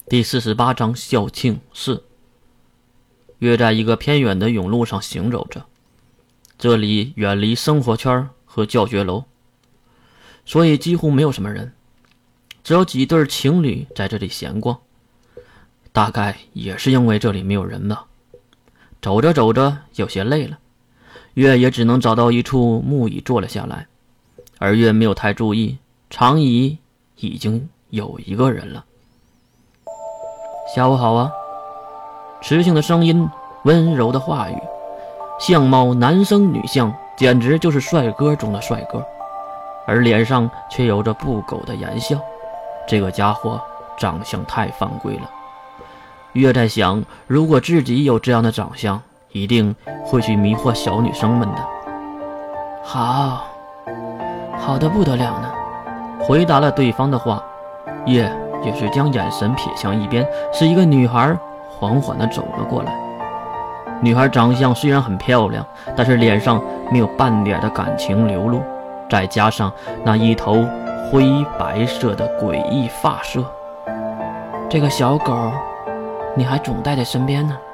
第48章校庆4。约在一个偏远的甬路上行走着，这里远离生活圈和教学楼，所以几乎没有什么人，只有几对情侣在这里闲逛。大概也是因为这里没有人吧。走着走着有些累了，月也只能找到一处木椅坐了下来，而月没有太注意，长椅已经有一个人了。下午好啊。磁性的声音，温柔的话语，相貌男生女相，简直就是帅哥中的帅哥，而脸上却有着不苟的言笑。这个家伙长相太犯规了。月在想，如果自己有这样的长相，一定会去迷惑小女生们的。好的不得了呢。回答了对方的话，月也是将眼神瞥向一边，是一个女孩缓缓地走了过来。女孩长相虽然很漂亮，但是脸上没有半点的感情流露，再加上那一头灰白色的诡异发色。这个小狗你还总带在身边呢。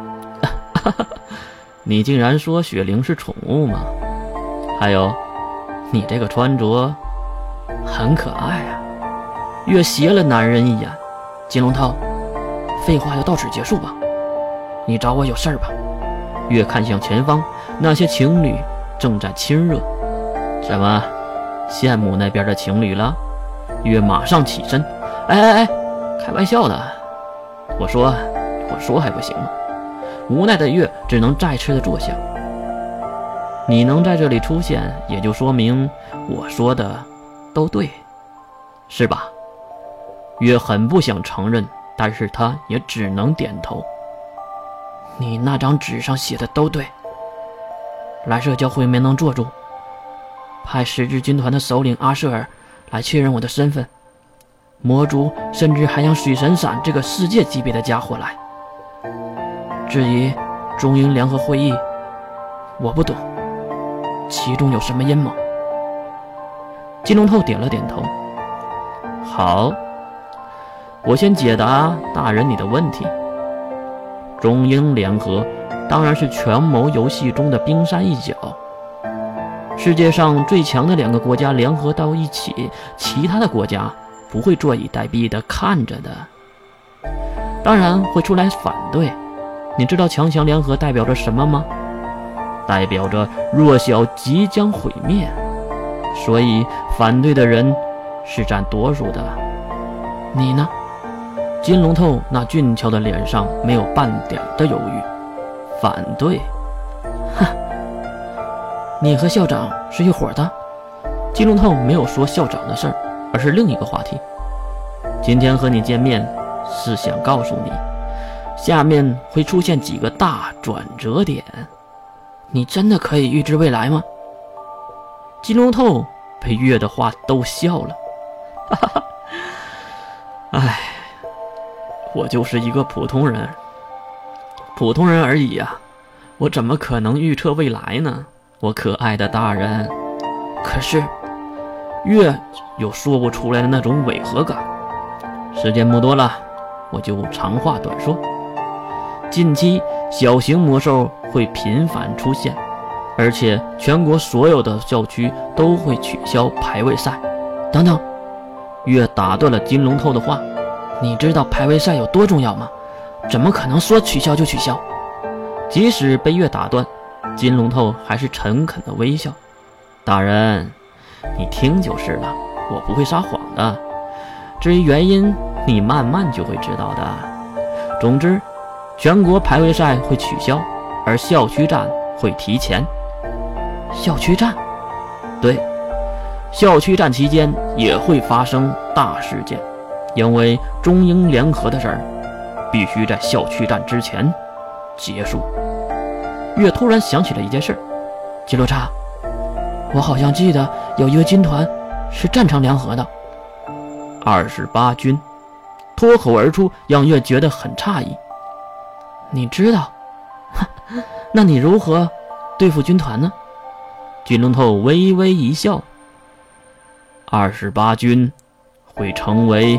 你竟然说雪玲是宠物吗？还有，你这个穿着很可爱啊。月斜了男人一眼。金龙头，废话就到此结束吧，你找我有事儿吧？月看向前方，那些情侣正在亲热。什么？羡慕那边的情侣了？月马上起身。哎，开玩笑的。我说还不行吗？无奈的月只能再次的坐下。你能在这里出现，也就说明我说的都对，是吧？月很不想承认，但是他也只能点头。你那张纸上写的都对，来社教会没能做住，派十字军团的首领阿舍尔来确认我的身份，魔族甚至还让水神伞这个世界级别的家伙来。至于中英联合会议，我不懂其中有什么阴谋。金龙头点了点头。好，我先解答大人你的问题。中英联合当然是权谋游戏中的冰山一角，世界上最强的2个国家联合到一起，其他的国家不会坐以待毙的看着的，当然会出来反对。你知道强强联合代表着什么吗？代表着弱小即将毁灭，所以反对的人是占多数的。你呢？金龙头那俊俏的脸上没有半点的犹豫。反对？哼，你和校长是一伙的？金龙头没有说校长的事儿，而是另一个话题。今天和你见面是想告诉你，下面会出现几个大转折点。你真的可以预知未来吗？金龙头被月的话逗笑了。哈哈，唉，我就是一个普通人而已啊，我怎么可能预测未来呢？我可爱的大人。可是月有说不出来的那种违和感。时间不多了，我就长话短说。近期小型魔兽会频繁出现，而且全国所有的校区都会取消排位赛。等等，月打断了金龙头的话。你知道排位赛有多重要吗？怎么可能说取消就取消？即使被月打断，金龙头还是诚恳的微笑。大人，你听就是了，我不会撒谎的。至于原因，你慢慢就会知道的。总之，全国排位赛会取消，而校区战会提前。校区战？对，校区战期间也会发生大事件，因为中英联合的事儿必须在校区战之前结束。月突然想起了一件事。金罗叉，我好像记得有一个军团是战场联合的。28军脱口而出，让月觉得很诧异。你知道？那你如何对付军团呢？金龙头微微一笑。28军会成为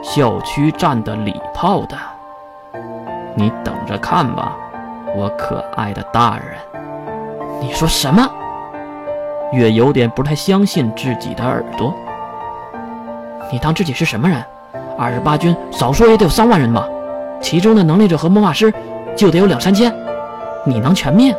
校区站的礼炮的。你等着看吧，我可爱的大人。你说什么？月有点不太相信自己的耳朵。你当自己是什么人？28军少说也得有3万人吧，其中的能力者和魔法师就得有2、3千，你能全灭？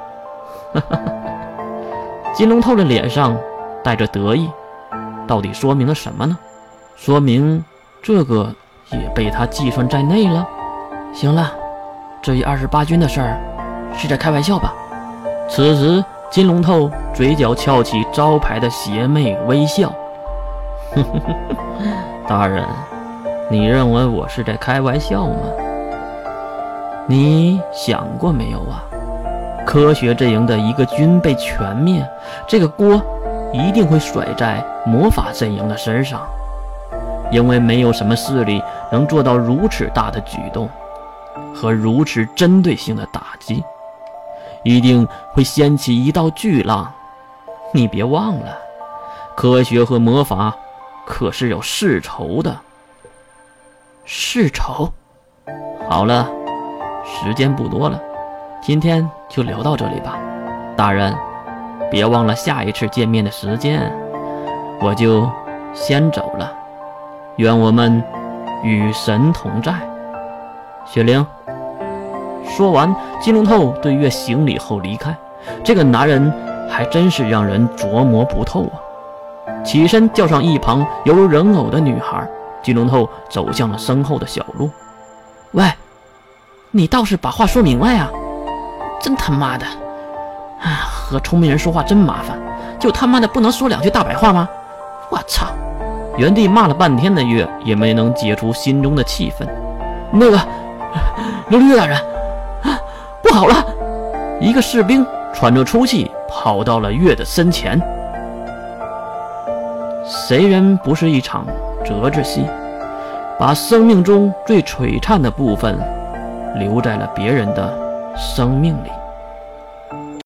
金龙透的脸上带着得意，到底说明了什么呢？说明这个也被他计算在内了。行了，至于28军的事儿，是在开玩笑吧？此时金龙透嘴角翘起招牌的邪魅微笑。大人，你认为我是在开玩笑吗？你想过没有啊？科学阵营的一个军被全灭，这个锅一定会甩在魔法阵营的身上，因为没有什么势力能做到如此大的举动和如此针对性的打击，一定会掀起一道巨浪。你别忘了，科学和魔法可是有世仇的。世仇？好了，时间不多了，今天就聊到这里吧。大人，别忘了下一次见面的时间。我就先走了，愿我们与神同在。雪玲。说完，金龙透对月行礼后离开。这个男人还真是让人琢磨不透啊。起身叫上一旁犹如人偶的女孩，金龙透走向了身后的小路。喂，你倒是把话说明白呀！真他妈的，和聪明人说话真麻烦，就他妈的不能说2句大白话吗？我操！原地骂了半天的月也没能解除心中的气愤。那个琉璃月大人，不好了！一个士兵喘着粗气跑到了月的身前。谁人不是一场折子戏，把生命中最璀璨的部分留在了别人的生命里。